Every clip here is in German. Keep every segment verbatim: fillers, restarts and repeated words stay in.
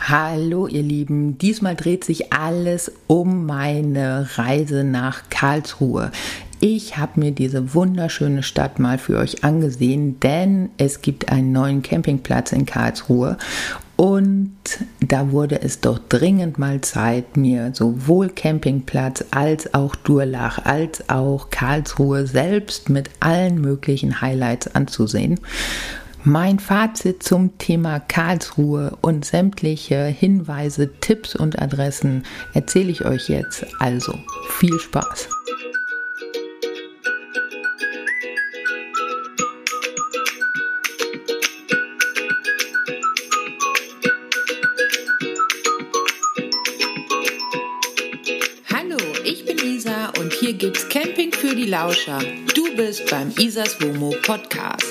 Hallo ihr Lieben, diesmal dreht sich alles um meine Reise nach Karlsruhe. Ich habe mir diese wunderschöne Stadt mal für euch angesehen, denn es gibt einen neuen Campingplatz in Karlsruhe und da wurde es doch dringend mal Zeit, mir sowohl Campingplatz als auch Durlach als auch Karlsruhe selbst mit allen möglichen Highlights anzusehen. Mein Fazit zum Thema Karlsruhe und sämtliche Hinweise, Tipps und Adressen erzähle ich euch jetzt. Also viel Spaß! Hallo, ich bin Isa und hier gibt's Camping für die Lauscher. Du bist beim Isas Womo Podcast.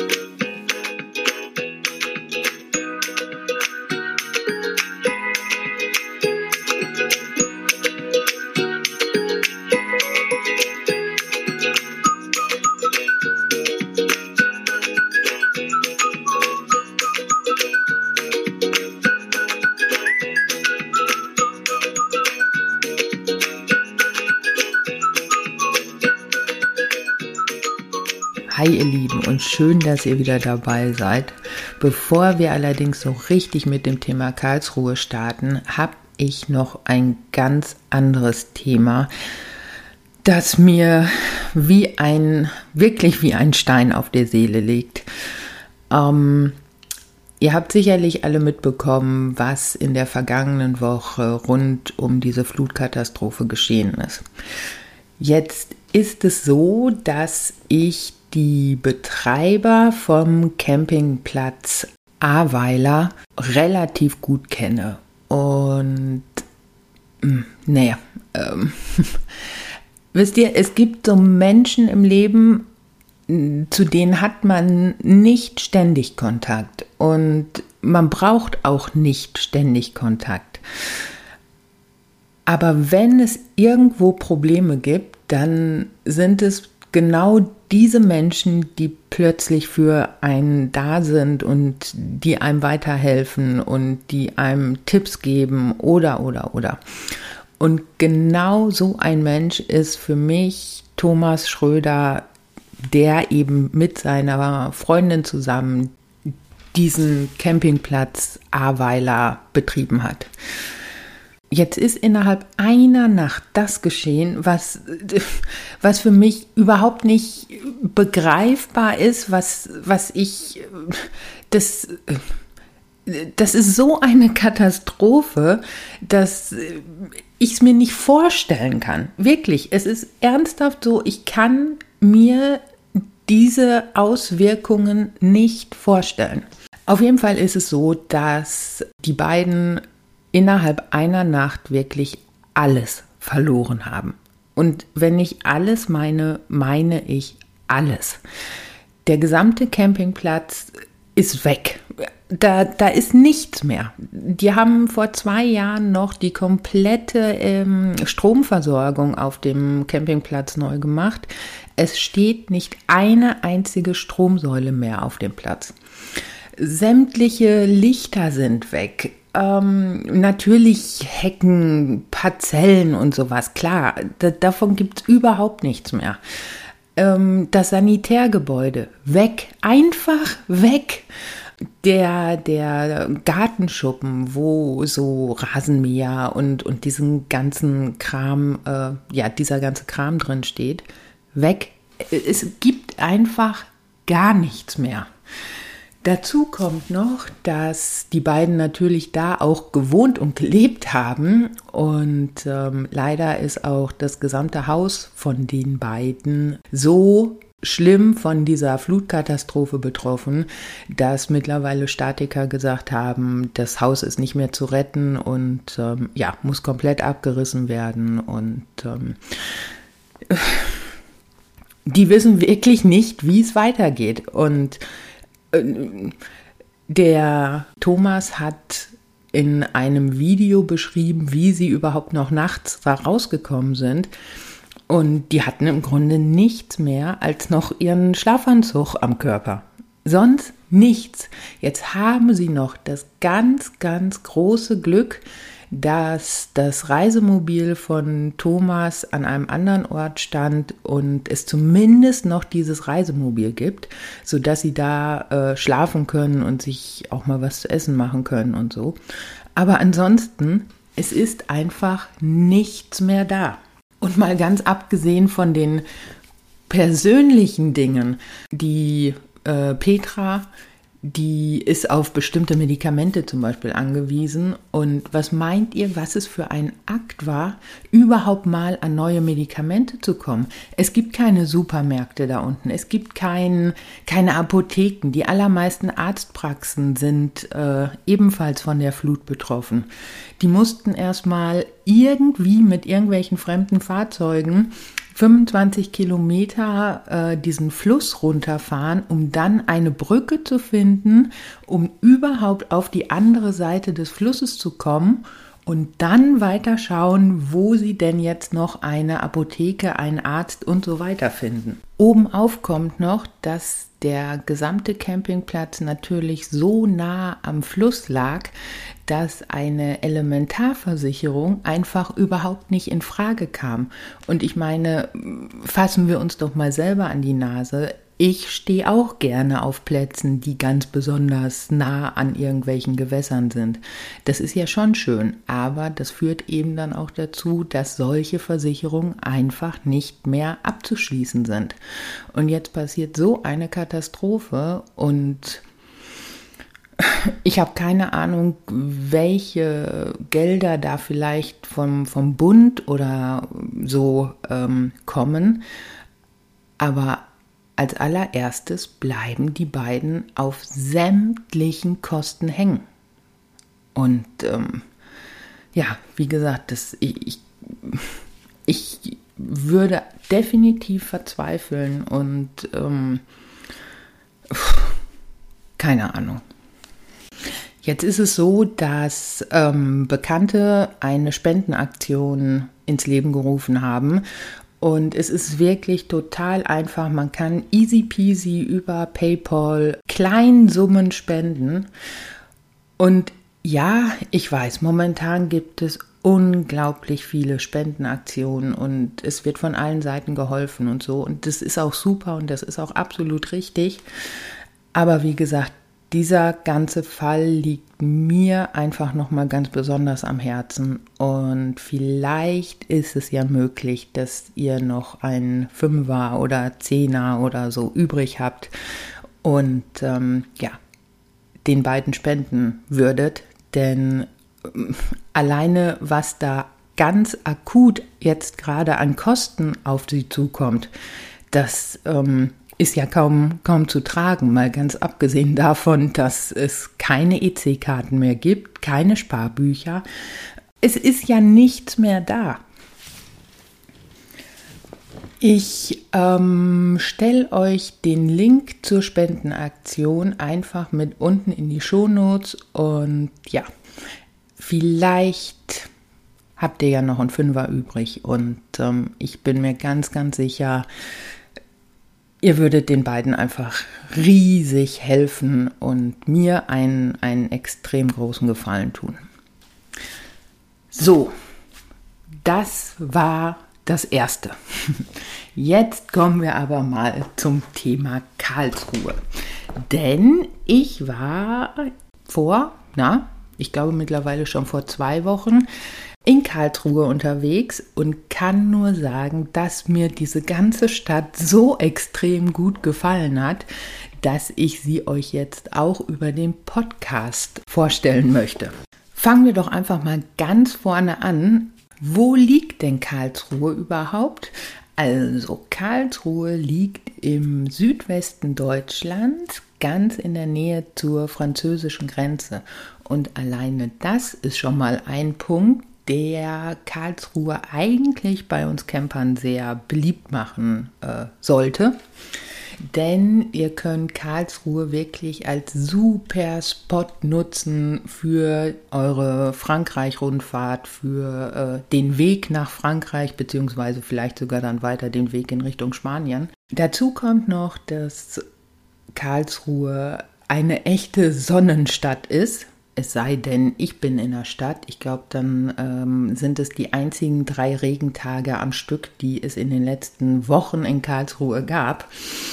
Hi ihr Lieben und schön, dass ihr wieder dabei seid. Bevor wir allerdings so richtig mit dem Thema Karlsruhe starten, habe ich noch ein ganz anderes Thema, das mir wie ein, wirklich wie ein Stein auf der Seele liegt. Ähm, ihr habt sicherlich alle mitbekommen, was in der vergangenen Woche rund um diese Flutkatastrophe geschehen ist. Jetzt ist es so, dass ich die Betreiber vom Campingplatz Ahrweiler relativ gut kenne. Und naja, ähm, wisst ihr, es gibt so Menschen im Leben, zu denen hat man nicht ständig Kontakt. Und man braucht auch nicht ständig Kontakt. Aber wenn es irgendwo Probleme gibt, dann sind es genau diese Menschen, die plötzlich für einen da sind und die einem weiterhelfen und die einem Tipps geben oder, oder, oder. Und genau so ein Mensch ist für mich Thomas Schröder, der eben mit seiner Freundin zusammen diesen Campingplatz Ahrweiler betrieben hat. Jetzt ist innerhalb einer Nacht das geschehen, was, was für mich überhaupt nicht begreifbar ist, was, was ich, das, das ist so eine Katastrophe, dass ich es mir nicht vorstellen kann. Wirklich, es ist ernsthaft so, ich kann mir diese Auswirkungen nicht vorstellen. Auf jeden Fall ist es so, dass die beiden innerhalb einer Nacht wirklich alles verloren haben. Und wenn ich alles meine, meine ich alles. Der gesamte Campingplatz ist weg. Da, da ist nichts mehr. Die haben vor zwei Jahren noch die komplette ähm, Stromversorgung auf dem Campingplatz neu gemacht. Es steht nicht eine einzige Stromsäule mehr auf dem Platz. Sämtliche Lichter sind weg. Ähm, natürlich Hecken, Parzellen und sowas, klar, d- davon gibt es überhaupt nichts mehr. Ähm, das Sanitärgebäude, weg, einfach weg. Der, der Gartenschuppen, wo so Rasenmäher und, und diesen ganzen Kram, äh, ja, dieser ganze Kram drin steht, weg. Es gibt einfach gar nichts mehr. Dazu kommt noch, dass die beiden natürlich da auch gewohnt und gelebt haben und ähm, leider ist auch das gesamte Haus von den beiden so schlimm von dieser Flutkatastrophe betroffen, dass mittlerweile Statiker gesagt haben, das Haus ist nicht mehr zu retten und ähm, ja, muss komplett abgerissen werden und ähm, die wissen wirklich nicht, wie es weitergeht und der Thomas hat in einem Video beschrieben, wie sie überhaupt noch nachts da rausgekommen sind. Und die hatten im Grunde nichts mehr als noch ihren Schlafanzug am Körper. Sonst Nichts. Jetzt haben sie noch das ganz, ganz große Glück, dass das Reisemobil von Thomas an einem anderen Ort stand und es zumindest noch dieses Reisemobil gibt, sodass sie da äh, schlafen können und sich auch mal was zu essen machen können und so. Aber ansonsten, es ist einfach nichts mehr da. Und mal ganz abgesehen von den persönlichen Dingen, die äh, Petra, die ist auf bestimmte Medikamente zum Beispiel angewiesen. Und was meint ihr, was es für ein Akt war, überhaupt mal an neue Medikamente zu kommen? Es gibt keine Supermärkte da unten, es gibt kein, keine Apotheken. Die allermeisten Arztpraxen sind äh, ebenfalls von der Flut betroffen. Die mussten erstmal irgendwie mit irgendwelchen fremden Fahrzeugen fünfundzwanzig Kilometer äh, diesen Fluss runterfahren, um dann eine Brücke zu finden, um überhaupt auf die andere Seite des Flusses zu kommen und dann weiter schauen, wo sie denn jetzt noch eine Apotheke, einen Arzt und so weiter finden. Obenauf kommt noch, dass der gesamte Campingplatz natürlich so nah am Fluss lag, dass eine Elementarversicherung einfach überhaupt nicht in Frage kam. Und ich meine, fassen wir uns doch mal selber an die Nase. Ich stehe auch gerne auf Plätzen, die ganz besonders nah an irgendwelchen Gewässern sind. Das ist ja schon schön, aber das führt eben dann auch dazu, dass solche Versicherungen einfach nicht mehr abzuschließen sind. Und jetzt passiert so eine Katastrophe und ich habe keine Ahnung, welche Gelder da vielleicht vom, vom Bund oder so ähm, kommen, aber als allererstes bleiben die beiden auf sämtlichen Kosten hängen. Und ähm, ja, wie gesagt, das, ich, ich, ich würde definitiv verzweifeln und ähm, keine Ahnung. Jetzt ist es so, dass ähm, Bekannte eine Spendenaktion ins Leben gerufen haben. Und es ist wirklich total einfach. Man kann easy peasy über PayPal Kleinsummen spenden. Und ja, ich weiß, momentan gibt es unglaublich viele Spendenaktionen und es wird von allen Seiten geholfen und so. Und das ist auch super und das ist auch absolut richtig. Aber wie gesagt, dieser ganze Fall liegt mir einfach nochmal ganz besonders am Herzen und vielleicht ist es ja möglich, dass ihr noch einen Fünfer oder Zehner oder so übrig habt und ähm, ja, den beiden spenden würdet, denn ähm, alleine was da ganz akut jetzt gerade an Kosten auf sie zukommt, das ähm, ist ja kaum, kaum zu tragen, mal ganz abgesehen davon, dass es keine E C-Karten mehr gibt, keine Sparbücher. Es ist ja nichts mehr da. Ich ähm, stelle euch den Link zur Spendenaktion einfach mit unten in die Shownotes und ja, vielleicht habt ihr ja noch einen Fünfer übrig und ähm, ich bin mir ganz, ganz sicher, ihr würdet den beiden einfach riesig helfen und mir einen, einen extrem großen Gefallen tun. So, das war das Erste. Jetzt kommen wir aber mal zum Thema Karlsruhe. Denn ich war vor, na, ich glaube mittlerweile schon vor zwei Wochen in Karlsruhe unterwegs und kann nur sagen, dass mir diese ganze Stadt so extrem gut gefallen hat, dass ich sie euch jetzt auch über den Podcast vorstellen möchte. Fangen wir doch einfach mal ganz vorne an. Wo liegt denn Karlsruhe überhaupt? Also Karlsruhe liegt im Südwesten Deutschlands, ganz in der Nähe zur französischen Grenze. Und alleine das ist schon mal ein Punkt, der Karlsruhe eigentlich bei uns Campern sehr beliebt machen äh, sollte. Denn ihr könnt Karlsruhe wirklich als super Spot nutzen für eure Frankreich-Rundfahrt, für äh, den Weg nach Frankreich, beziehungsweise vielleicht sogar dann weiter den Weg in Richtung Spanien. Dazu kommt noch, dass Karlsruhe eine echte Sonnenstadt ist. Es sei denn, ich bin in der Stadt. Ich glaube, dann ähm, sind es die einzigen drei Regentage am Stück, die es in den letzten Wochen in Karlsruhe gab.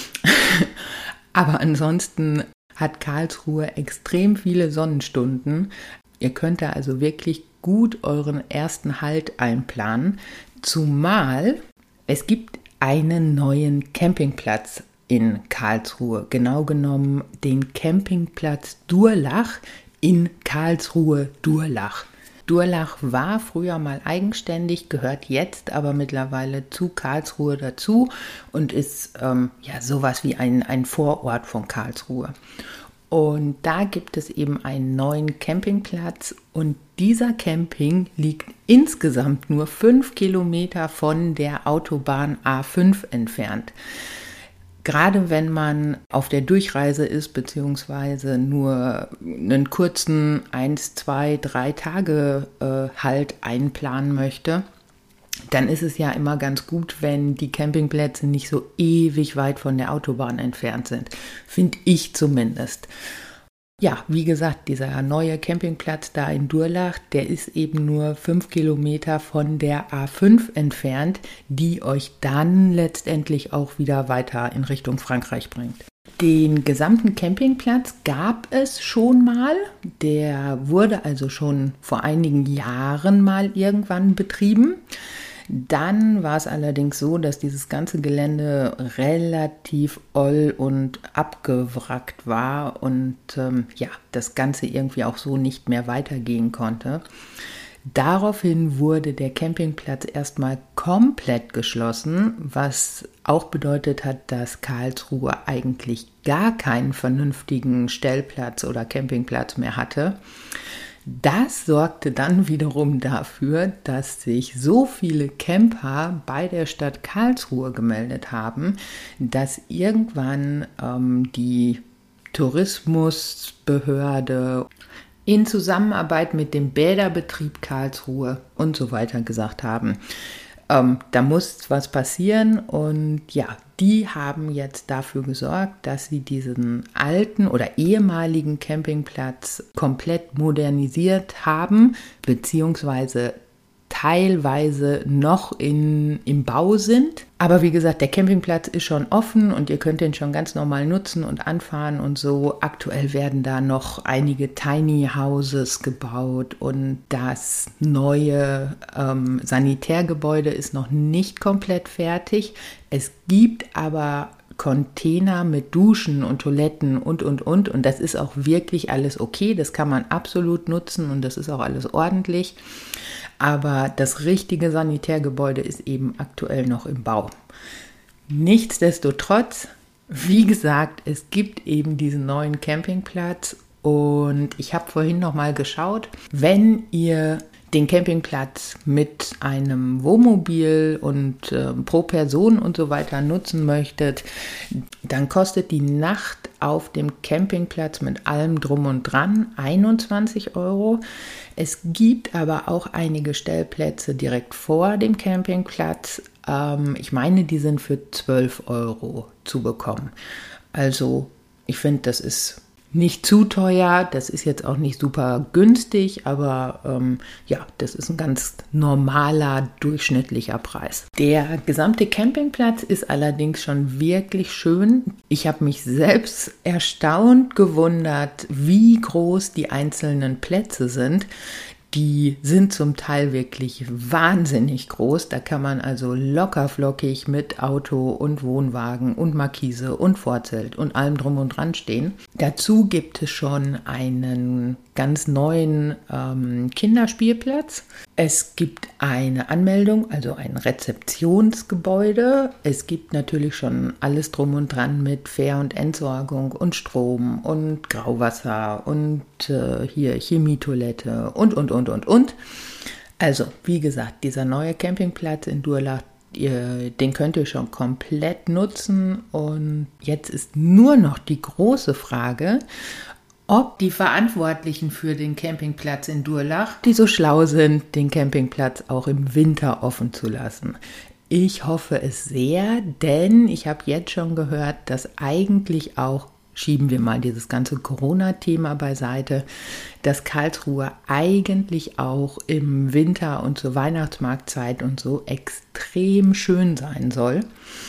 Aber ansonsten hat Karlsruhe extrem viele Sonnenstunden. Ihr könnt da also wirklich gut euren ersten Halt einplanen. Zumal es gibt einen neuen Campingplatz in Karlsruhe. Genau genommen den Campingplatz Durlach in Karlsruhe-Durlach. Durlach war früher mal eigenständig, gehört jetzt aber mittlerweile zu Karlsruhe dazu und ist ähm, ja sowas wie ein, ein Vorort von Karlsruhe. Und da gibt es eben einen neuen Campingplatz und dieser Camping liegt insgesamt nur fünf Kilometer von der Autobahn A fünf entfernt. Gerade wenn man auf der Durchreise ist, beziehungsweise nur einen kurzen eins, zwei, drei Tage äh, Halt einplanen möchte, dann ist es ja immer ganz gut, wenn die Campingplätze nicht so ewig weit von der Autobahn entfernt sind. Finde ich zumindest. Ja, wie gesagt, dieser neue Campingplatz da in Durlach, der ist eben nur fünf Kilometer von der A fünf entfernt, die euch dann letztendlich auch wieder weiter in Richtung Frankreich bringt. Den gesamten Campingplatz gab es schon mal. Der wurde also schon vor einigen Jahren mal irgendwann betrieben. Dann war es allerdings so, dass dieses ganze Gelände relativ oll und abgewrackt war und ähm, ja, das Ganze irgendwie auch so nicht mehr weitergehen konnte. Daraufhin wurde der Campingplatz erstmal komplett geschlossen, was auch bedeutet hat, dass Karlsruhe eigentlich gar keinen vernünftigen Stellplatz oder Campingplatz mehr hatte. Das sorgte dann wiederum dafür, dass sich so viele Camper bei der Stadt Karlsruhe gemeldet haben, dass irgendwann ähm, die Tourismusbehörde in Zusammenarbeit mit dem Bäderbetrieb Karlsruhe und so weiter gesagt haben, ähm, da muss was passieren und ja, die haben jetzt dafür gesorgt, dass sie diesen alten oder ehemaligen Campingplatz komplett modernisiert haben, beziehungsweise teilweise noch in, im Bau sind. Aber wie gesagt, der Campingplatz ist schon offen und ihr könnt den schon ganz normal nutzen und anfahren und so. Aktuell werden da noch einige Tiny Houses gebaut und das neue ähm, Sanitärgebäude ist noch nicht komplett fertig. Es gibt aber Container mit Duschen und Toiletten und, und, und. Und das ist auch wirklich alles okay. Das kann man absolut nutzen und das ist auch alles ordentlich. Aber das richtige Sanitärgebäude ist eben aktuell noch im Bau. Nichtsdestotrotz, wie gesagt, es gibt eben diesen neuen Campingplatz und ich habe vorhin noch mal geschaut, wenn ihr den Campingplatz mit einem Wohnmobil und äh, pro Person und so weiter nutzen möchtet, dann kostet die Nacht auf dem Campingplatz mit allem drum und dran einundzwanzig Euro. Es gibt aber auch einige Stellplätze direkt vor dem Campingplatz. Ähm, ich meine, die sind für zwölf Euro zu bekommen. Also ich finde, das ist nicht zu teuer, das ist jetzt auch nicht super günstig, aber ähm, ja, das ist ein ganz normaler, durchschnittlicher Preis. Der gesamte Campingplatz ist allerdings schon wirklich schön. Ich habe mich selbst erstaunt gewundert, wie groß die einzelnen Plätze sind. Die sind zum Teil wirklich wahnsinnig groß. Da kann man also locker flockig mit Auto und Wohnwagen und Markise und Vorzelt und allem drum und dran stehen. Dazu gibt es schon einen ganz neuen ähm, Kinderspielplatz. Es gibt eine Anmeldung, also ein Rezeptionsgebäude. Es gibt natürlich schon alles drum und dran mit Fähr- und Entsorgung und Strom und Grauwasser und äh, hier Chemietoilette und, und, und, und, und. Also, wie gesagt, dieser neue Campingplatz in Durlach, ihr, den könnt ihr schon komplett nutzen. Und jetzt ist nur noch die große Frage, ob die Verantwortlichen für den Campingplatz in Durlach, die so schlau sind, den Campingplatz auch im Winter offen zu lassen. Ich hoffe es sehr, denn ich habe jetzt schon gehört, dass eigentlich auch schieben wir mal dieses ganze Corona-Thema beiseite, dass Karlsruhe eigentlich auch im Winter und zur Weihnachtsmarktzeit und so extrem schön sein soll.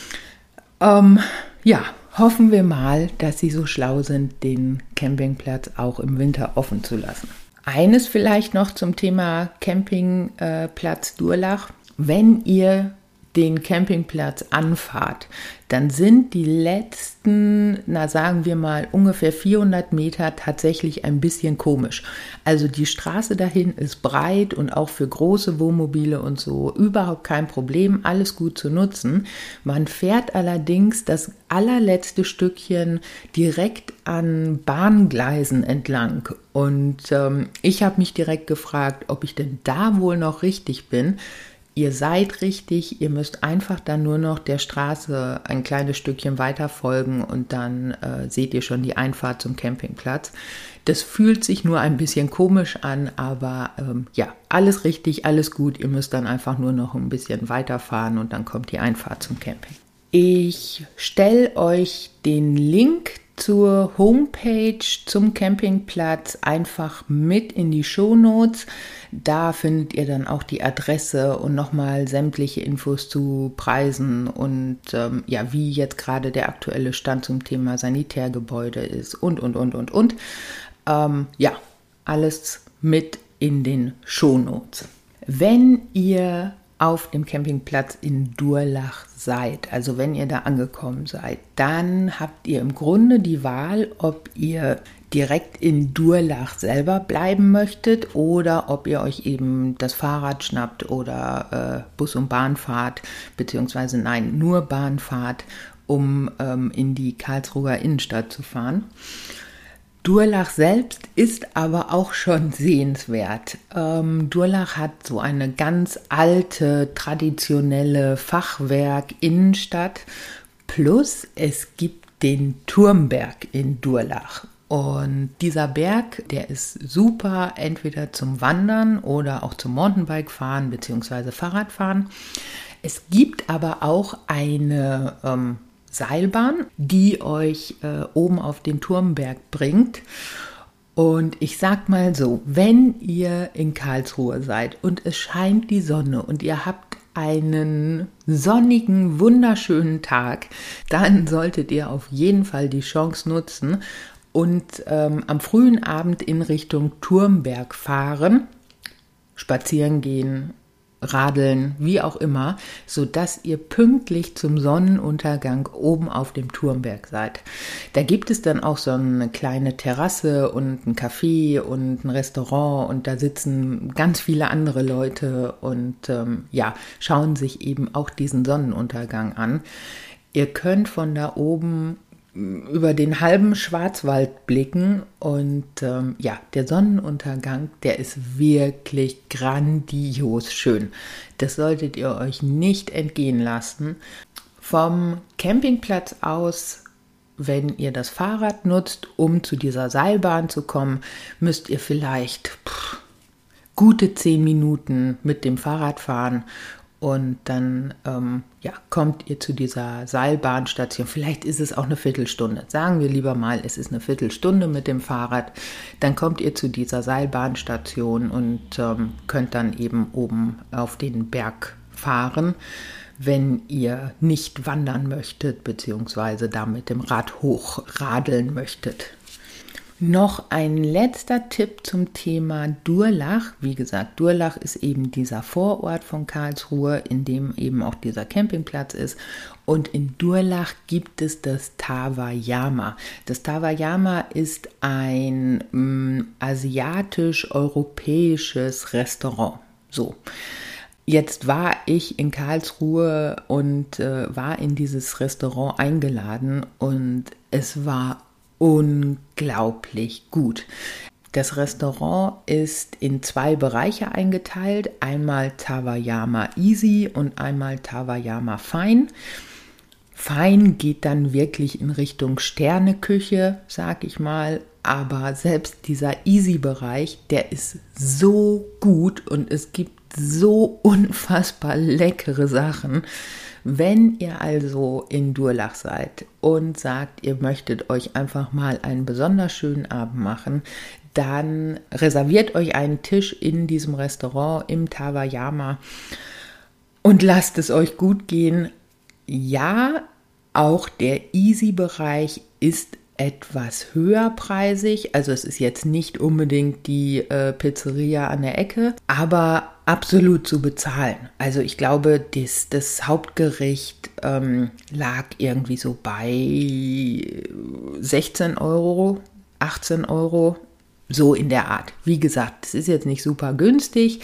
Ähm, ja, hoffen wir mal, dass sie so schlau sind, den Campingplatz auch im Winter offen zu lassen. Eines vielleicht noch zum Thema Campingplatz Durlach. Wenn ihr den Campingplatz anfahrt, dann sind die letzten, na sagen wir mal, ungefähr vierhundert Meter tatsächlich ein bisschen komisch. Also die Straße dahin ist breit und auch für große Wohnmobile und so überhaupt kein Problem, alles gut zu nutzen. Man fährt allerdings das allerletzte Stückchen direkt an Bahngleisen entlang. Und ähm, ich habe mich direkt gefragt, ob ich denn da wohl noch richtig bin. Ihr seid richtig, ihr müsst einfach dann nur noch der Straße ein kleines Stückchen weiter folgen und dann äh, seht ihr schon die Einfahrt zum Campingplatz. Das fühlt sich nur ein bisschen komisch an, aber ähm, ja, alles richtig, alles gut. Ihr müsst dann einfach nur noch ein bisschen weiterfahren und dann kommt die Einfahrt zum Camping. Ich stelle euch den Link zur Homepage zum Campingplatz einfach mit in die Shownotes. Da findet ihr dann auch die Adresse und nochmal sämtliche Infos zu Preisen und ähm, ja, wie jetzt gerade der aktuelle Stand zum Thema Sanitärgebäude ist und, und, und, und, und. Ähm, ja, alles mit in den Shownotes. Wenn ihr auf dem Campingplatz in Durlach seid, also wenn ihr da angekommen seid, dann habt ihr im Grunde die Wahl, ob ihr direkt in Durlach selber bleiben möchtet oder ob ihr euch eben das Fahrrad schnappt oder äh, Bus und Bahn fahrt, beziehungsweise nein, nur Bahn fahrt, um ähm, in die Karlsruher Innenstadt zu fahren. Durlach selbst ist aber auch schon sehenswert. Ähm, Durlach hat so eine ganz alte, traditionelle Fachwerk-Innenstadt. Plus es gibt den Turmberg in Durlach. Und dieser Berg, der ist super entweder zum Wandern oder auch zum Mountainbike-Fahren bzw. Fahrradfahren. Es gibt aber auch eine ähm, Seilbahn, die euch äh, oben auf den Turmberg bringt. Und ich sag mal so, wenn ihr in Karlsruhe seid und es scheint die Sonne und ihr habt einen sonnigen, wunderschönen Tag, dann solltet ihr auf jeden Fall die Chance nutzen und ähm, am frühen Abend in Richtung Turmberg fahren, spazieren gehen, radeln, wie auch immer, sodass ihr pünktlich zum Sonnenuntergang oben auf dem Turmberg seid. Da gibt es dann auch so eine kleine Terrasse und ein Café und ein Restaurant und da sitzen ganz viele andere Leute und ähm, ja, schauen sich eben auch diesen Sonnenuntergang an. Ihr könnt von da oben über den halben Schwarzwald blicken und ähm, ja, der Sonnenuntergang, der ist wirklich grandios schön. Das solltet ihr euch nicht entgehen lassen. Vom Campingplatz aus, wenn ihr das Fahrrad nutzt, um zu dieser Seilbahn zu kommen, müsst ihr vielleicht pff, gute zehn Minuten mit dem Fahrrad fahren. Und dann ähm, ja, kommt ihr zu dieser Seilbahnstation. Vielleicht ist es auch eine Viertelstunde. Sagen wir lieber mal, es ist eine Viertelstunde mit dem Fahrrad. Dann kommt ihr zu dieser Seilbahnstation und ähm, könnt dann eben oben auf den Berg fahren, wenn ihr nicht wandern möchtet, beziehungsweise da mit dem Rad hochradeln möchtet. Noch ein letzter Tipp zum Thema Durlach. Wie gesagt, Durlach ist eben dieser Vorort von Karlsruhe, in dem eben auch dieser Campingplatz ist. Und in Durlach gibt es das Tawayama. Das Tawayama ist ein ähm, asiatisch-europäisches Restaurant. So. Jetzt war ich in Karlsruhe und äh, war in dieses Restaurant eingeladen und es war unglaublich gut. Das Restaurant ist in zwei Bereiche eingeteilt, einmal Tawayama Easy und einmal Tawayama Fine. Fine geht dann wirklich in Richtung Sterneküche, sag ich mal, aber selbst dieser Easy-Bereich, der ist so gut und es gibt so unfassbar leckere Sachen. Wenn ihr also in Durlach seid und sagt, ihr möchtet euch einfach mal einen besonders schönen Abend machen, dann reserviert euch einen Tisch in diesem Restaurant im Tawayama und lasst es euch gut gehen. Ja, auch der Easy-Bereich ist etwas höherpreisig, also es ist jetzt nicht unbedingt die äh, Pizzeria an der Ecke, aber absolut zu bezahlen. Also ich glaube, das, das Hauptgericht ähm, lag irgendwie so bei sechzehn Euro, achtzehn Euro, so in der Art. Wie gesagt, es ist jetzt nicht super günstig,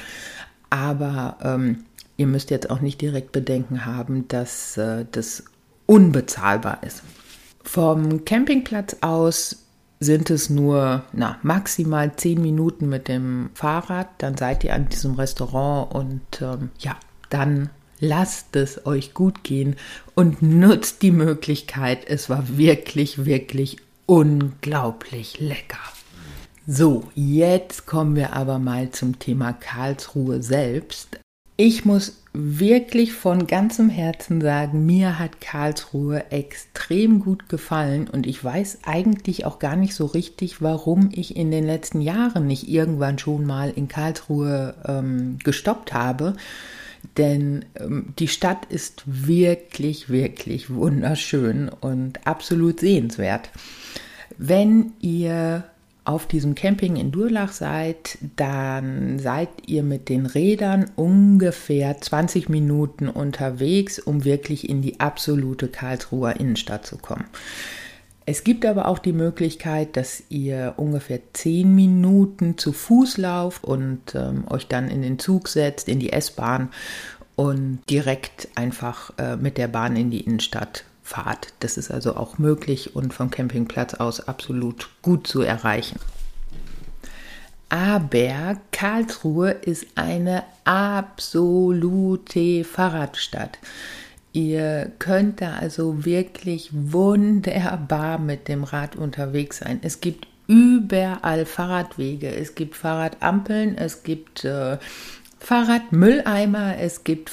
aber ähm, ihr müsst jetzt auch nicht direkt Bedenken haben, dass äh, das unbezahlbar ist. Vom Campingplatz aus sind es nur na, maximal zehn Minuten mit dem Fahrrad. Dann seid ihr an diesem Restaurant und ähm, ja, dann lasst es euch gut gehen und nutzt die Möglichkeit. Es war wirklich, wirklich unglaublich lecker. So, jetzt kommen wir aber mal zum Thema Karlsruhe selbst. Ich muss wirklich von ganzem Herzen sagen, mir hat Karlsruhe extrem gut gefallen und ich weiß eigentlich auch gar nicht so richtig, warum ich in den letzten Jahren nicht irgendwann schon mal in Karlsruhe ähm, gestoppt habe, denn ähm, die Stadt ist wirklich, wirklich wunderschön und absolut sehenswert. Wenn ihr auf diesem Camping in Durlach seid, dann seid ihr mit den Rädern ungefähr zwanzig Minuten unterwegs, um wirklich in die absolute Karlsruher Innenstadt zu kommen. Es gibt aber auch die Möglichkeit, dass ihr ungefähr zehn Minuten zu Fuß lauft und ähm, euch dann in den Zug setzt, in die S-Bahn und direkt einfach äh, mit der Bahn in die Innenstadt fahrt. Das ist also auch möglich und vom Campingplatz aus absolut gut zu erreichen. Aber Karlsruhe ist eine absolute Fahrradstadt. Ihr könnt da also wirklich wunderbar mit dem Rad unterwegs sein. Es gibt überall Fahrradwege, es gibt Fahrradampeln, es gibt äh, Fahrradmülleimer, es gibt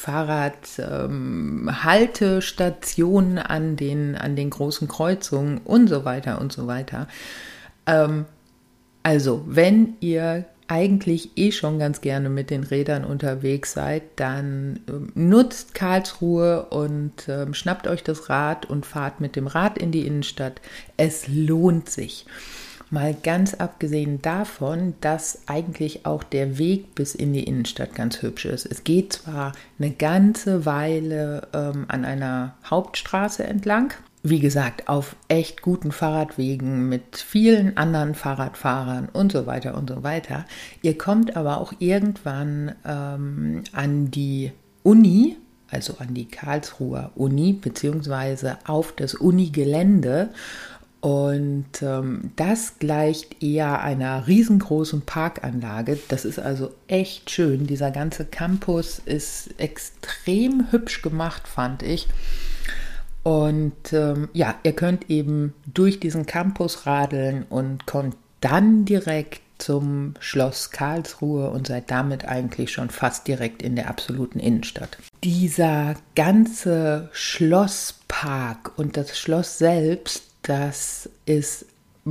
Fahrradhaltestationen ähm, an den, an den großen Kreuzungen und so weiter und so weiter. Ähm, also, wenn ihr eigentlich eh schon ganz gerne mit den Rädern unterwegs seid, dann ähm, nutzt Karlsruhe und ähm, schnappt euch das Rad und fahrt mit dem Rad in die Innenstadt. Es lohnt sich. Mal ganz abgesehen davon, dass eigentlich auch der Weg bis in die Innenstadt ganz hübsch ist. Es geht zwar eine ganze Weile ähm, an einer Hauptstraße entlang, wie gesagt, auf echt guten Fahrradwegen mit vielen anderen Fahrradfahrern und so weiter und so weiter. Ihr kommt aber auch irgendwann ähm, an die Uni, also an die Karlsruher Uni, beziehungsweise auf das Unigelände. Und ähm, das gleicht eher einer riesengroßen Parkanlage. Das ist also echt schön. Dieser ganze Campus ist extrem hübsch gemacht, fand ich. Und ähm, ja, ihr könnt eben durch diesen Campus radeln und kommt dann direkt zum Schloss Karlsruhe und seid damit eigentlich schon fast direkt in der absoluten Innenstadt. Dieser ganze Schlosspark und das Schloss selbst, das ist,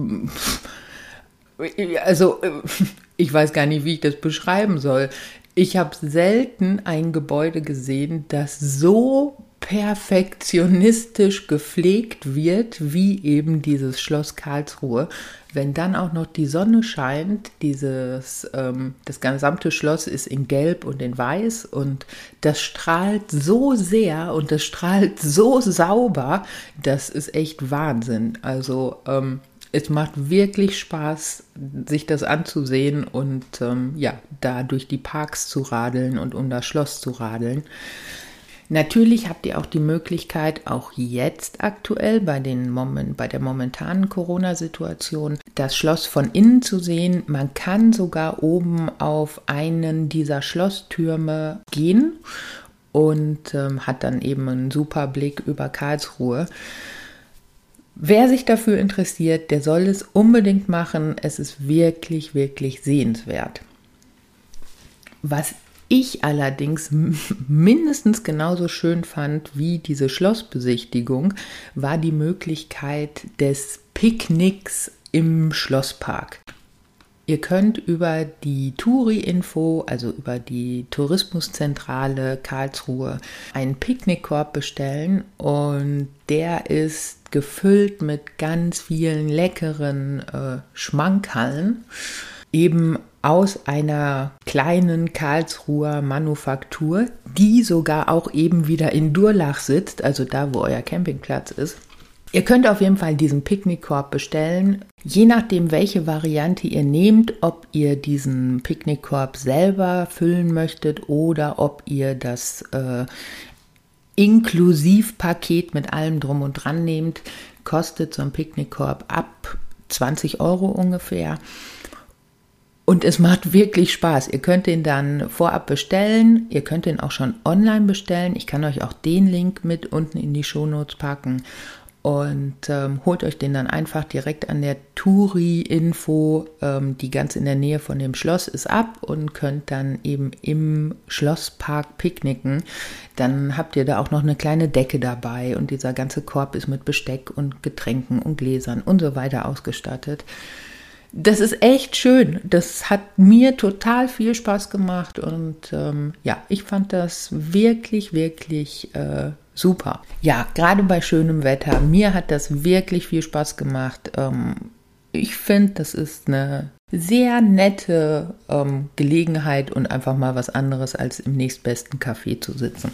also ich weiß gar nicht, wie ich das beschreiben soll. Ich habe selten ein Gebäude gesehen, das so perfektionistisch gepflegt wird, wie eben dieses Schloss Karlsruhe. Wenn dann auch noch die Sonne scheint, dieses, ähm, das gesamte Schloss ist in Gelb und in Weiß und das strahlt so sehr und das strahlt so sauber, das ist echt Wahnsinn. Also ähm, es macht wirklich Spaß, sich das anzusehen und ähm, ja, da durch die Parks zu radeln und um das Schloss zu radeln. Natürlich habt ihr auch die Möglichkeit, auch jetzt aktuell bei, den Moment, bei der momentanen Corona-Situation, das Schloss von innen zu sehen. Man kann sogar oben auf einen dieser Schlosstürme gehen und ähm, hat dann eben einen super Blick über Karlsruhe. Wer sich dafür interessiert, der soll es unbedingt machen. Es ist wirklich, wirklich sehenswert. Was ich allerdings mindestens genauso schön fand wie diese Schlossbesichtigung, war die Möglichkeit des Picknicks im Schlosspark. Ihr könnt über die Touri-Info, also über die Tourismuszentrale Karlsruhe, einen Picknickkorb bestellen und der ist gefüllt mit ganz vielen leckeren äh, Schmankerln, eben aus einer kleinen Karlsruher Manufaktur, die sogar auch eben wieder in Durlach sitzt, also da, wo euer Campingplatz ist. Ihr könnt auf jeden Fall diesen Picknickkorb bestellen, je nachdem, welche Variante ihr nehmt, ob ihr diesen Picknickkorb selber füllen möchtet oder ob ihr das äh, Inklusivpaket mit allem drum und dran nehmt, kostet so ein Picknickkorb ab zwanzig Euro ungefähr. Und es macht wirklich Spaß. Ihr könnt ihn dann vorab bestellen, ihr könnt ihn auch schon online bestellen. Ich kann euch auch den Link mit unten in die Shownotes packen. Und ähm, holt euch den dann einfach direkt an der Touri-Info, ähm, die ganz in der Nähe von dem Schloss ist, ab und könnt dann eben im Schlosspark picknicken. Dann habt ihr da auch noch eine kleine Decke dabei und dieser ganze Korb ist mit Besteck und Getränken und Gläsern und so weiter ausgestattet. Das ist echt schön. Das hat mir total viel Spaß gemacht und ähm, ja, ich fand das wirklich, wirklich äh, super. Ja, gerade bei schönem Wetter. Mir hat das wirklich viel Spaß gemacht. Ähm, ich finde, das ist eine sehr nette ähm, Gelegenheit und einfach mal was anderes, als im nächstbesten Café zu sitzen.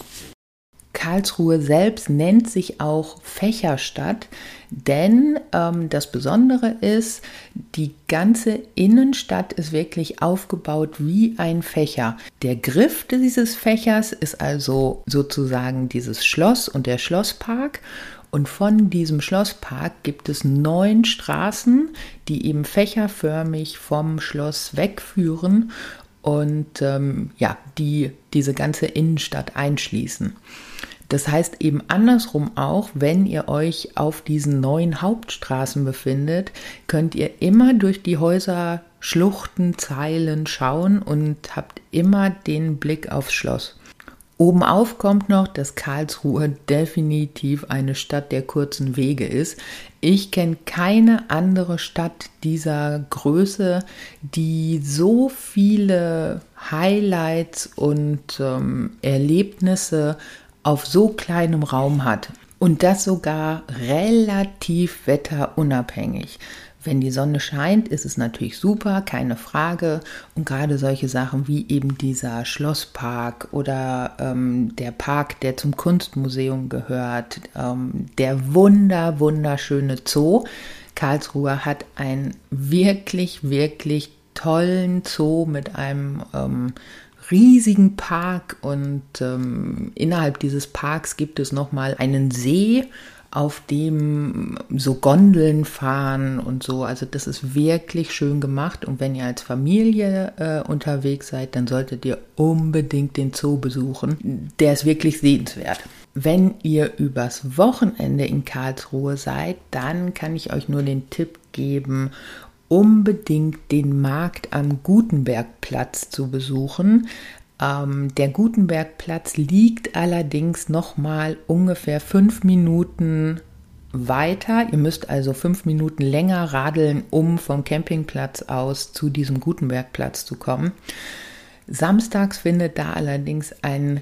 Karlsruhe selbst nennt sich auch Fächerstadt, denn ähm, das Besondere ist, die ganze Innenstadt ist wirklich aufgebaut wie ein Fächer. Der Griff dieses Fächers ist also sozusagen dieses Schloss und der Schlosspark. Und von diesem Schlosspark gibt es neun Straßen, die eben fächerförmig vom Schloss wegführen und ähm, ja, die diese ganze Innenstadt einschließen. Das heißt eben andersrum auch, wenn ihr euch auf diesen neuen Hauptstraßen befindet, könnt ihr immer durch die Häuser, Schluchten, Zeilen schauen und habt immer den Blick aufs Schloss. Obenauf kommt noch, dass Karlsruhe definitiv eine Stadt der kurzen Wege ist. Ich kenne keine andere Stadt dieser Größe, die so viele Highlights und ähm, Erlebnisse auf so kleinem Raum hat. Und das sogar relativ wetterunabhängig. Wenn die Sonne scheint, ist es natürlich super, keine Frage. Und gerade solche Sachen wie eben dieser Schlosspark oder ähm, der Park, der zum Kunstmuseum gehört, ähm, der wunder, wunderschöne Zoo. Karlsruhe hat einen wirklich, wirklich tollen Zoo mit einem ähm, riesigen Park und ähm, innerhalb dieses Parks gibt es nochmal einen See, auf dem so Gondeln fahren und so. Also das ist wirklich schön gemacht und wenn ihr als Familie äh, unterwegs seid, dann solltet ihr unbedingt den Zoo besuchen. Der ist wirklich sehenswert. Wenn ihr übers Wochenende in Karlsruhe seid, dann kann ich euch nur den Tipp geben, unbedingt den Markt am Gutenbergplatz zu besuchen. Ähm, der Gutenbergplatz liegt allerdings nochmal ungefähr fünf Minuten weiter. Ihr müsst also fünf Minuten länger radeln, um vom Campingplatz aus zu diesem Gutenbergplatz zu kommen. Samstags findet da allerdings ein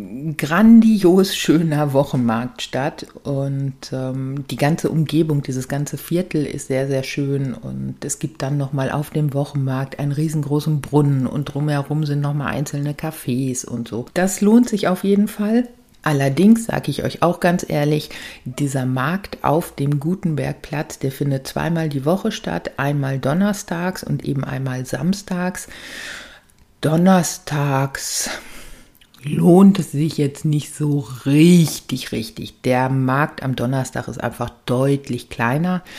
grandios schöner Wochenmarkt statt und ähm, die ganze Umgebung, dieses ganze Viertel ist sehr, sehr schön und es gibt dann nochmal auf dem Wochenmarkt einen riesengroßen Brunnen und drumherum sind nochmal einzelne Cafés und so. Das lohnt sich auf jeden Fall. Allerdings sage ich euch auch ganz ehrlich, dieser Markt auf dem Gutenbergplatz, der findet zweimal die Woche statt, einmal donnerstags und eben einmal samstags. Donnerstags lohnt es sich jetzt nicht so richtig, richtig. Der Markt am Donnerstag ist einfach deutlich kleiner.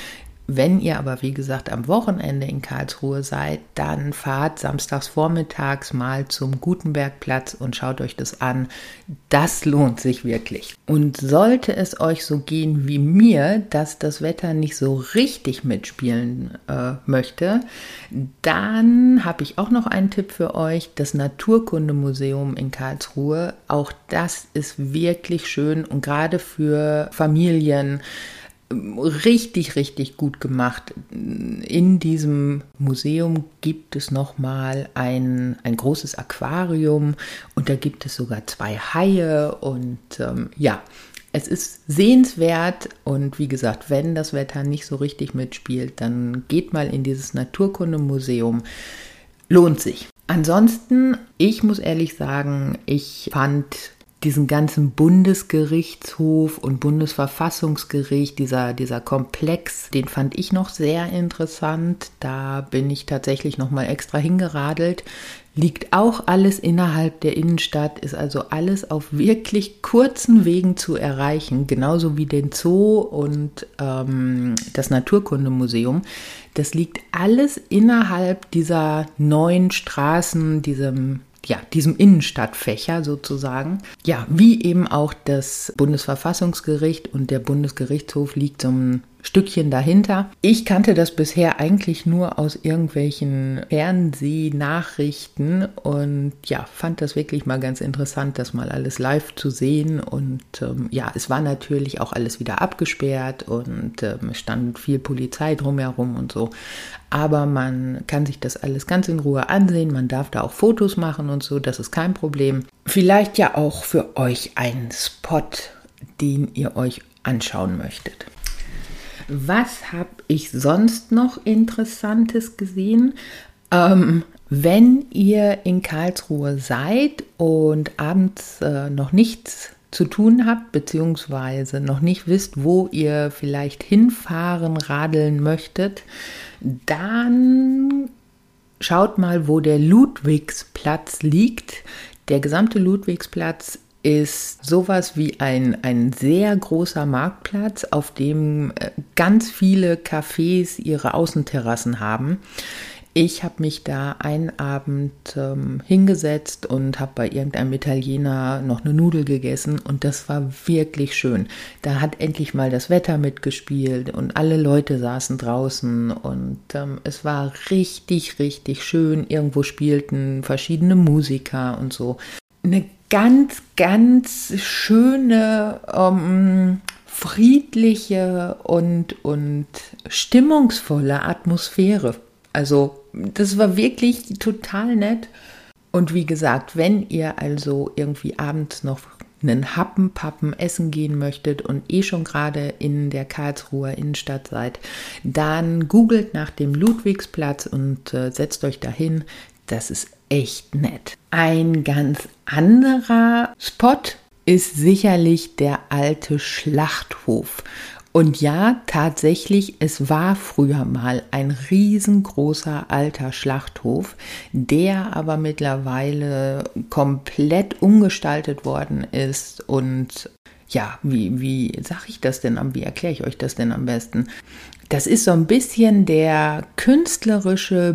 Wenn ihr aber, wie gesagt, am Wochenende in Karlsruhe seid, dann fahrt samstags vormittags mal zum Gutenbergplatz und schaut euch das an. Das lohnt sich wirklich. Und sollte es euch so gehen wie mir, dass das Wetter nicht so richtig mitspielen äh, möchte, dann habe ich auch noch einen Tipp für euch. Das Naturkundemuseum in Karlsruhe, auch das ist wirklich schön und gerade für Familien richtig, richtig gut gemacht. In diesem Museum gibt es nochmal ein, ein großes Aquarium und da gibt es sogar zwei Haie und ähm, ja, es ist sehenswert und wie gesagt, wenn das Wetter nicht so richtig mitspielt, dann geht mal in dieses Naturkundemuseum. Lohnt sich. Ansonsten, ich muss ehrlich sagen, ich fand diesen ganzen Bundesgerichtshof und Bundesverfassungsgericht, dieser, dieser Komplex, den fand ich noch sehr interessant. Da bin ich tatsächlich nochmal extra hingeradelt. Liegt auch alles innerhalb der Innenstadt, ist also alles auf wirklich kurzen Wegen zu erreichen, genauso wie den Zoo und ähm, das Naturkundemuseum. Das liegt alles innerhalb dieser neuen Straßen, diesem Ja, diesem Innenstadtfächer sozusagen. Ja, wie eben auch das Bundesverfassungsgericht und der Bundesgerichtshof liegt so ein Stückchen dahinter. Ich kannte das bisher eigentlich nur aus irgendwelchen Fernsehnachrichten und ja, fand das wirklich mal ganz interessant, das mal alles live zu sehen und ähm, ja, es war natürlich auch alles wieder abgesperrt und ähm, es stand viel Polizei drumherum und so, aber man kann sich das alles ganz in Ruhe ansehen, man darf da auch Fotos machen und so, das ist kein Problem. Vielleicht ja auch für euch ein Spot, den ihr euch anschauen möchtet. Was habe ich sonst noch Interessantes gesehen? Ähm, wenn ihr in Karlsruhe seid und abends äh, noch nichts zu tun habt, beziehungsweise noch nicht wisst, wo ihr vielleicht hinfahren, radeln möchtet, dann schaut mal, wo der Ludwigsplatz liegt. Der gesamte Ludwigsplatz ist sowas wie ein, ein sehr großer Marktplatz, auf dem ganz viele Cafés ihre Außenterrassen haben. Ich habe mich da einen Abend ähm, hingesetzt und habe bei irgendeinem Italiener noch eine Nudel gegessen und das war wirklich schön. Da hat endlich mal das Wetter mitgespielt und alle Leute saßen draußen und ähm, es war richtig, richtig schön. Irgendwo spielten verschiedene Musiker und so. Eine ganz, ganz schöne, ähm, friedliche und, und stimmungsvolle Atmosphäre. Also das war wirklich total nett. Und wie gesagt, wenn ihr also irgendwie abends noch einen Happen-Pappen essen gehen möchtet und eh schon gerade in der Karlsruher Innenstadt seid, dann googelt nach dem Ludwigsplatz und äh, setzt euch dahin. Das ist echt nett. Ein ganz anderer Spot ist sicherlich der alte Schlachthof. Und ja, tatsächlich, es war früher mal ein riesengroßer alter Schlachthof, der aber mittlerweile komplett umgestaltet worden ist. Und ja, wie, wie sage ich das denn, wie erkläre ich euch das denn am besten? Das ist so ein bisschen der künstlerische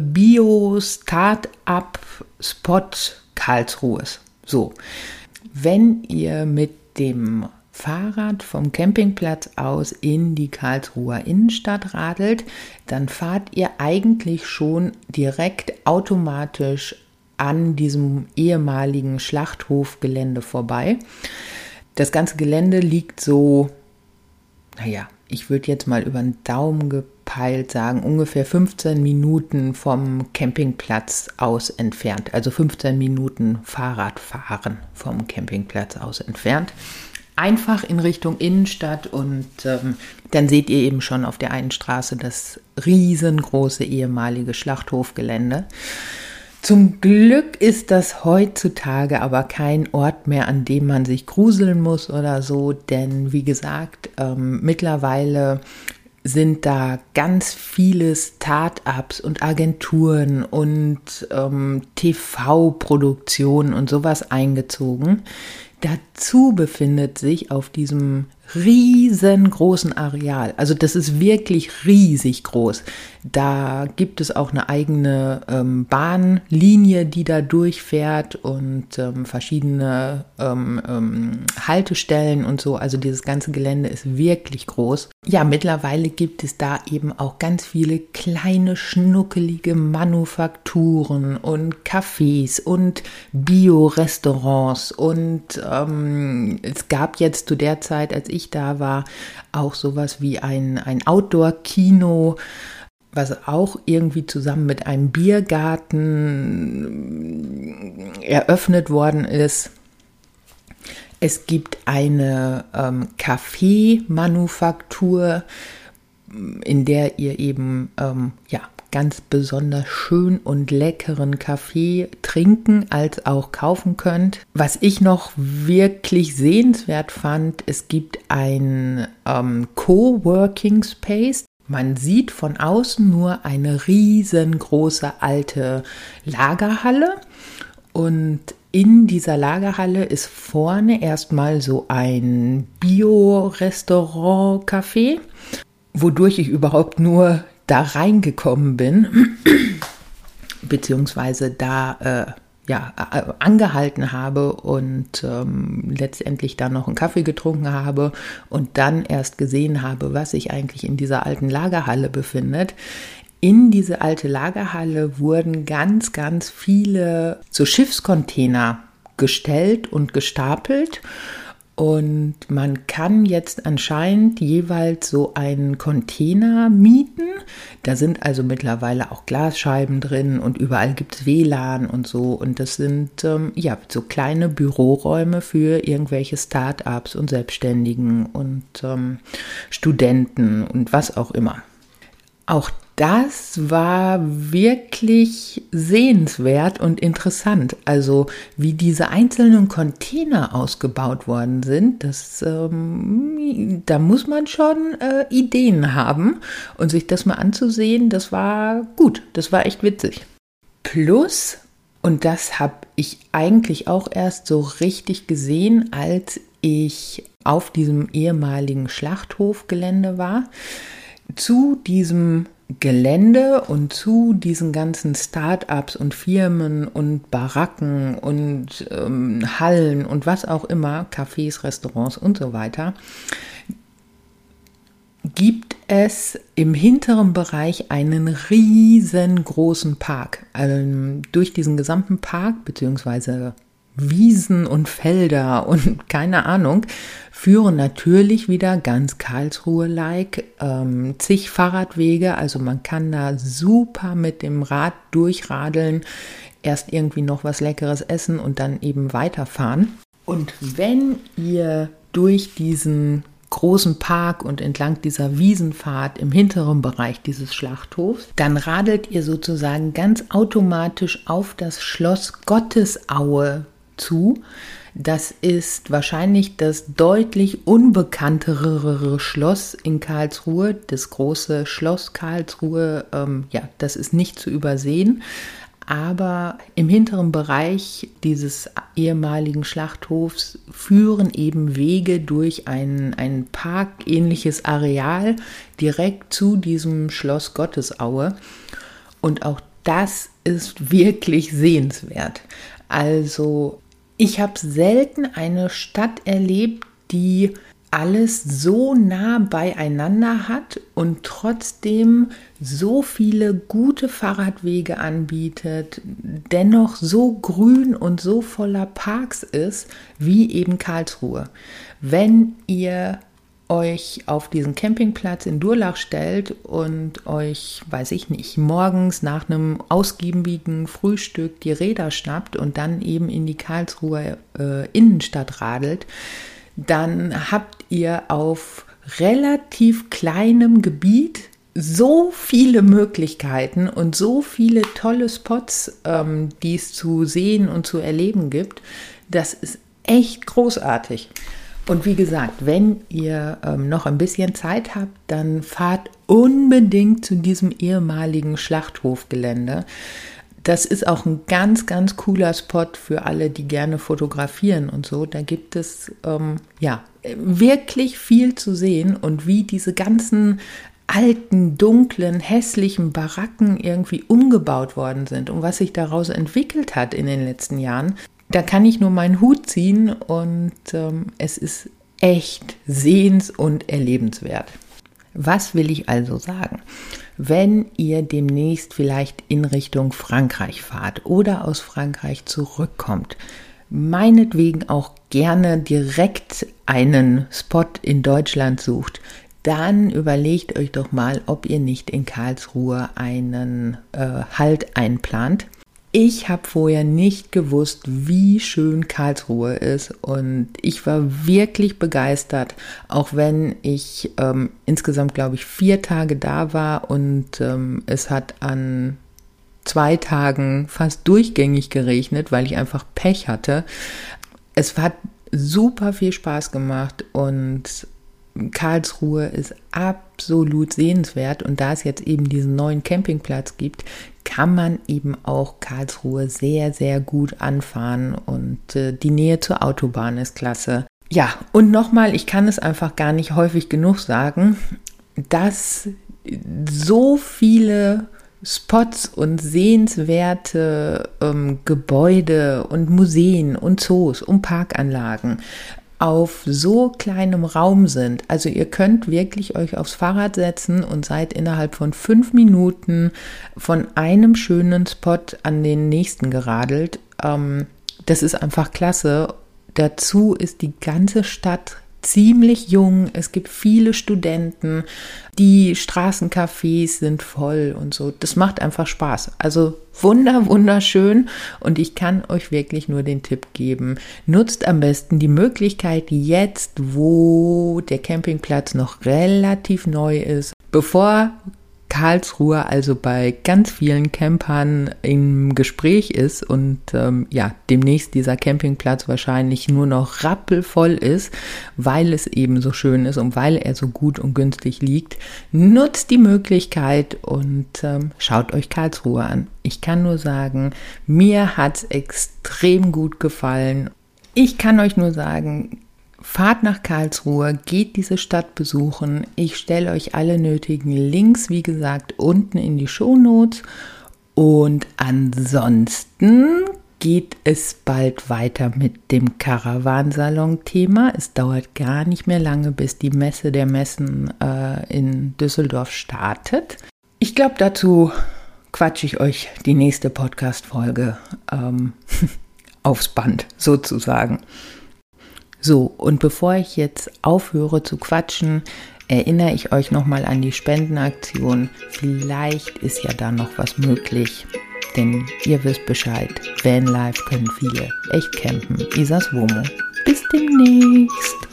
Bio-Start-up-Spot Karlsruhes. So, wenn ihr mit dem Fahrrad vom Campingplatz aus in die Karlsruher Innenstadt radelt, dann fahrt ihr eigentlich schon direkt automatisch an diesem ehemaligen Schlachthofgelände vorbei. Das ganze Gelände liegt so, naja, ich würde jetzt mal über den Daumen gepeilt sagen, ungefähr fünfzehn Minuten vom Campingplatz aus entfernt. Also fünfzehn Minuten Fahrradfahren vom Campingplatz aus entfernt. Einfach in Richtung Innenstadt und ähm, dann seht ihr eben schon auf der einen Straße das riesengroße ehemalige Schlachthofgelände. Zum Glück ist das heutzutage aber kein Ort mehr, an dem man sich gruseln muss oder so, denn wie gesagt, ähm, mittlerweile sind da ganz viele Start-ups und Agenturen und ähm, T V-Produktionen und sowas eingezogen. Dazu befindet sich auf diesem riesengroßen Areal, also das ist wirklich riesig groß. Da gibt es auch eine eigene ähm, Bahnlinie, die da durchfährt und ähm, verschiedene ähm, ähm, Haltestellen und so. Also dieses ganze Gelände ist wirklich groß. Ja, mittlerweile gibt es da eben auch ganz viele kleine, schnuckelige Manufakturen und Cafés und Bio-Restaurants und ähm, es gab jetzt zu der Zeit, als ich da war, auch sowas wie ein, ein Outdoor-Kino, was auch irgendwie zusammen mit einem Biergarten eröffnet worden ist. Es gibt eine ähm, Kaffeemanufaktur, in der ihr eben ähm, ja, ganz besonders schön und leckeren Kaffee trinken als auch kaufen könnt. Was ich noch wirklich sehenswert fand, es gibt ein ähm, Coworking Space. Man sieht von außen nur eine riesengroße alte Lagerhalle und in dieser Lagerhalle ist vorne erstmal so ein Bio-Restaurant-Café, wodurch ich überhaupt nur da reingekommen bin, beziehungsweise da äh, ja, äh, angehalten habe und ähm, letztendlich dann noch einen Kaffee getrunken habe und dann erst gesehen habe, was sich eigentlich in dieser alten Lagerhalle befindet. In diese alte Lagerhalle wurden ganz, ganz viele so Schiffscontainer gestellt und gestapelt. Und man kann jetzt anscheinend jeweils so einen Container mieten. Da sind also mittlerweile auch Glasscheiben drin und überall gibt es W L A N und so. Und das sind ähm, ja so kleine Büroräume für irgendwelche Start-ups und Selbstständigen und ähm, Studenten und was auch immer. Auch das war wirklich sehenswert und interessant. Also wie diese einzelnen Container ausgebaut worden sind, das, ähm, da muss man schon äh, Ideen haben. Und sich das mal anzusehen, das war gut, das war echt witzig. Plus, und das habe ich eigentlich auch erst so richtig gesehen, als ich auf diesem ehemaligen Schlachthofgelände war, zu diesem Gelände und zu diesen ganzen Start-ups und Firmen und Baracken und ähm, Hallen und was auch immer, Cafés, Restaurants und so weiter, gibt es im hinteren Bereich einen riesengroßen Park. Also durch diesen gesamten Park beziehungsweise Wiesen und Felder und keine Ahnung, führen natürlich wieder ganz Karlsruhe-like ähm, zig Fahrradwege. Also man kann da super mit dem Rad durchradeln, erst irgendwie noch was Leckeres essen und dann eben weiterfahren. Und wenn ihr durch diesen großen Park und entlang dieser Wiesenfahrt im hinteren Bereich dieses Schlachthofs, dann radelt ihr sozusagen ganz automatisch auf das Schloss Gottesaue zu. Das ist wahrscheinlich das deutlich unbekanntere Schloss in Karlsruhe, das große Schloss Karlsruhe. Ähm, ja, das ist nicht zu übersehen. Aber im hinteren Bereich dieses ehemaligen Schlachthofs führen eben Wege durch ein, ein parkähnliches Areal direkt zu diesem Schloss Gottesaue. Und auch das ist wirklich sehenswert. Also ich habe selten eine Stadt erlebt, die alles so nah beieinander hat und trotzdem so viele gute Fahrradwege anbietet, dennoch so grün und so voller Parks ist, wie eben Karlsruhe. Wenn ihr euch auf diesen Campingplatz in Durlach stellt und euch, weiß ich nicht, morgens nach einem ausgiebigen Frühstück die Räder schnappt und dann eben in die Karlsruher äh, Innenstadt radelt, dann habt ihr auf relativ kleinem Gebiet so viele Möglichkeiten und so viele tolle Spots, ähm, die es zu sehen und zu erleben gibt. Das ist echt großartig. Und wie gesagt, wenn ihr ähm, noch ein bisschen Zeit habt, dann fahrt unbedingt zu diesem ehemaligen Schlachthofgelände. das ist auch ein ganz, ganz cooler Spot für alle, die gerne fotografieren und so. Da gibt es ähm, ja wirklich viel zu sehen und wie diese ganzen alten, dunklen, hässlichen Baracken irgendwie umgebaut worden sind und was sich daraus entwickelt hat in den letzten Jahren. Da kann ich nur meinen Hut ziehen und ähm, es ist echt sehens- und erlebenswert. Was will ich also sagen? Wenn ihr demnächst vielleicht in Richtung Frankreich fahrt oder aus Frankreich zurückkommt, meinetwegen auch gerne direkt einen Spot in Deutschland sucht, dann überlegt euch doch mal, ob ihr nicht in Karlsruhe einen äh, Halt einplant. Ich habe vorher nicht gewusst, wie schön Karlsruhe ist und ich war wirklich begeistert, auch wenn ich ähm, insgesamt, glaube ich, vier Tage da war und ähm, es hat an zwei Tagen fast durchgängig geregnet, weil ich einfach Pech hatte. Es hat super viel Spaß gemacht und Karlsruhe ist absolut sehenswert und da es jetzt eben diesen neuen Campingplatz gibt, kann man eben auch Karlsruhe sehr, sehr gut anfahren und äh, die Nähe zur Autobahn ist klasse. Ja, und nochmal, ich kann es einfach gar nicht häufig genug sagen, dass so viele Spots und sehenswerte ähm, Gebäude und Museen und Zoos und Parkanlagen auf so kleinem Raum sind. Also ihr könnt wirklich euch aufs Fahrrad setzen und seid innerhalb von fünf Minuten von einem schönen Spot an den nächsten geradelt. Ähm, das ist einfach klasse. Dazu ist die ganze Stadt ziemlich jung. Es gibt viele Studenten. Die Straßencafés sind voll und so. Das macht einfach Spaß. Also wunder, wunderschön. Und ich kann euch wirklich nur den Tipp geben. Nutzt am besten die Möglichkeit jetzt, wo der Campingplatz noch relativ neu ist, bevor Karlsruhe also bei ganz vielen Campern im Gespräch ist und ähm, ja, demnächst dieser Campingplatz wahrscheinlich nur noch rappelvoll ist, weil es eben so schön ist und weil er so gut und günstig liegt. Nutzt die Möglichkeit und ähm, schaut euch Karlsruhe an. Ich kann nur sagen, mir hat's extrem gut gefallen. Ich kann euch nur sagen, fahrt nach Karlsruhe, geht diese Stadt besuchen. Ich stelle euch alle nötigen Links, wie gesagt, unten in die Shownotes. Und ansonsten geht es bald weiter mit dem Caravansalon-Thema. Es dauert gar nicht mehr lange, bis die Messe der Messen äh, in Düsseldorf startet. Ich glaube, dazu quatsche ich euch die nächste Podcast-Folge ähm, aufs Band, sozusagen. So, und bevor ich jetzt aufhöre zu quatschen, erinnere ich euch nochmal an die Spendenaktion. Vielleicht ist ja da noch was möglich, denn ihr wisst Bescheid. Vanlife können viele. Echt campen. Isas Womo. Bis demnächst.